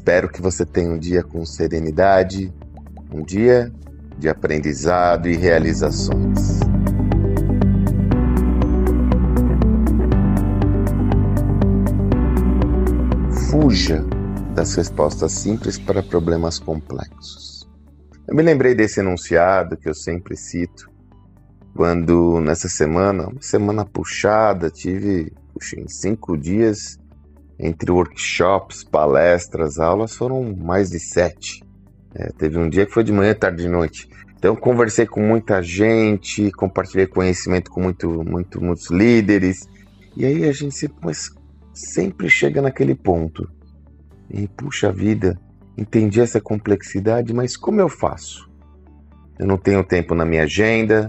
Espero que você tenha um dia com serenidade, um dia de aprendizado e realizações. Fuja das respostas simples para problemas complexos. Eu me lembrei desse enunciado que eu sempre cito, quando nessa semana, uma semana puxada, tive em 5 dias, entre workshops, palestras, aulas, foram mais de 7. Teve um dia que foi de manhã, tarde e noite. Então, conversei com muita gente, compartilhei conhecimento com muitos líderes. E aí a gente sempre chega naquele ponto. E, puxa vida, entendi essa complexidade, mas como eu faço? Eu não tenho tempo na minha agenda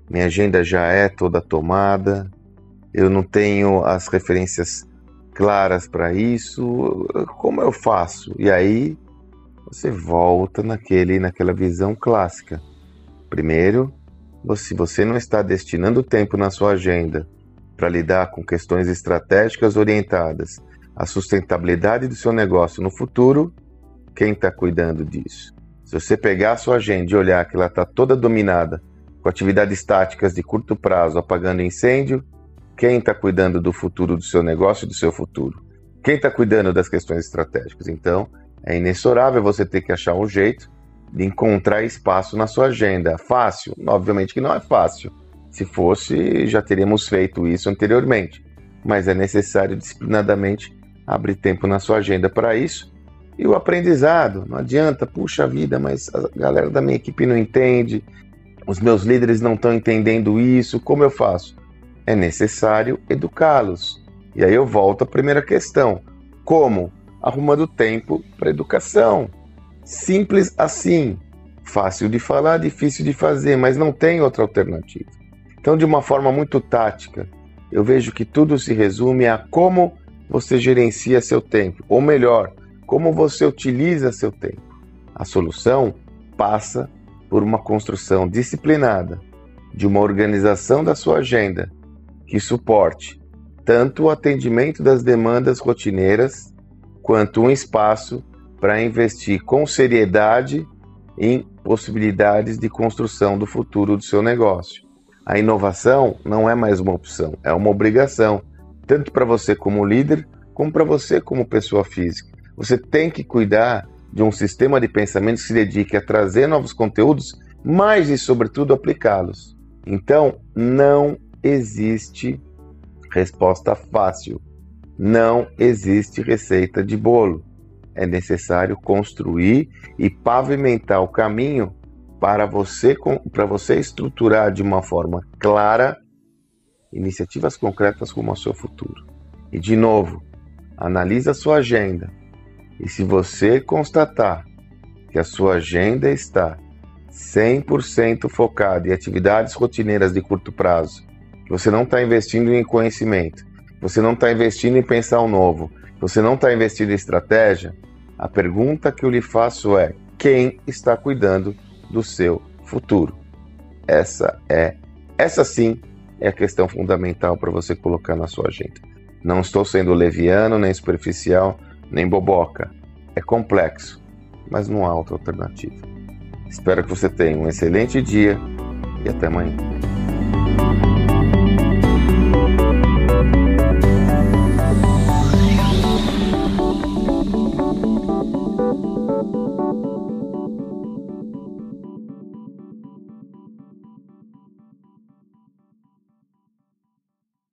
já é toda tomada, eu não tenho as referências claras para isso, como eu faço? E aí você volta naquela visão clássica. Primeiro, se você não está destinando tempo na sua agenda para lidar com questões estratégicas orientadas à sustentabilidade do seu negócio no futuro, quem está cuidando disso? Se você pegar a sua agenda e olhar que ela está toda dominada com atividades táticas de curto prazo, apagando incêndio, quem está cuidando do futuro do seu negócio e do seu futuro? Quem está cuidando das questões estratégicas? Então, é inexorável você ter que achar um jeito de encontrar espaço na sua agenda. Fácil? Obviamente que não é fácil. Se fosse, já teríamos feito isso anteriormente. Mas é necessário disciplinadamente abrir tempo na sua agenda para isso. E o aprendizado, não adianta, puxa vida, mas a galera da minha equipe não entende, os meus líderes não estão entendendo isso, como eu faço? É necessário educá-los. E aí eu volto à primeira questão. Como? Arrumando tempo para educação. Simples assim. Fácil de falar, difícil de fazer, mas não tem outra alternativa. Então, de uma forma muito tática, eu vejo que tudo se resume a como você gerencia seu tempo. Ou melhor, como você utiliza seu tempo. A solução passa por uma construção disciplinada de uma organização da sua agenda que suporte tanto o atendimento das demandas rotineiras quanto um espaço para investir com seriedade em possibilidades de construção do futuro do seu negócio. A inovação não é mais uma opção, é uma obrigação, tanto para você como líder, como para você como pessoa física. Você tem que cuidar de um sistema de pensamento que se dedique a trazer novos conteúdos, mas e, sobretudo, aplicá-los. Então, não existe resposta fácil. Não existe receita de bolo. É necessário construir e pavimentar o caminho para você estruturar de uma forma clara iniciativas concretas rumo ao seu futuro. E, de novo, analise a sua agenda. E se você constatar que a sua agenda está 100% focada em atividades rotineiras de curto prazo, que você não está investindo em conhecimento, que você não está investindo em pensar o novo, que você não está investindo em estratégia, a pergunta que eu lhe faço é: quem está cuidando do seu futuro? Essa sim é a questão fundamental para você colocar na sua agenda. Não estou sendo leviano, nem superficial, nem boboca. É complexo, mas não há outra alternativa. Espero que você tenha um excelente dia e até amanhã.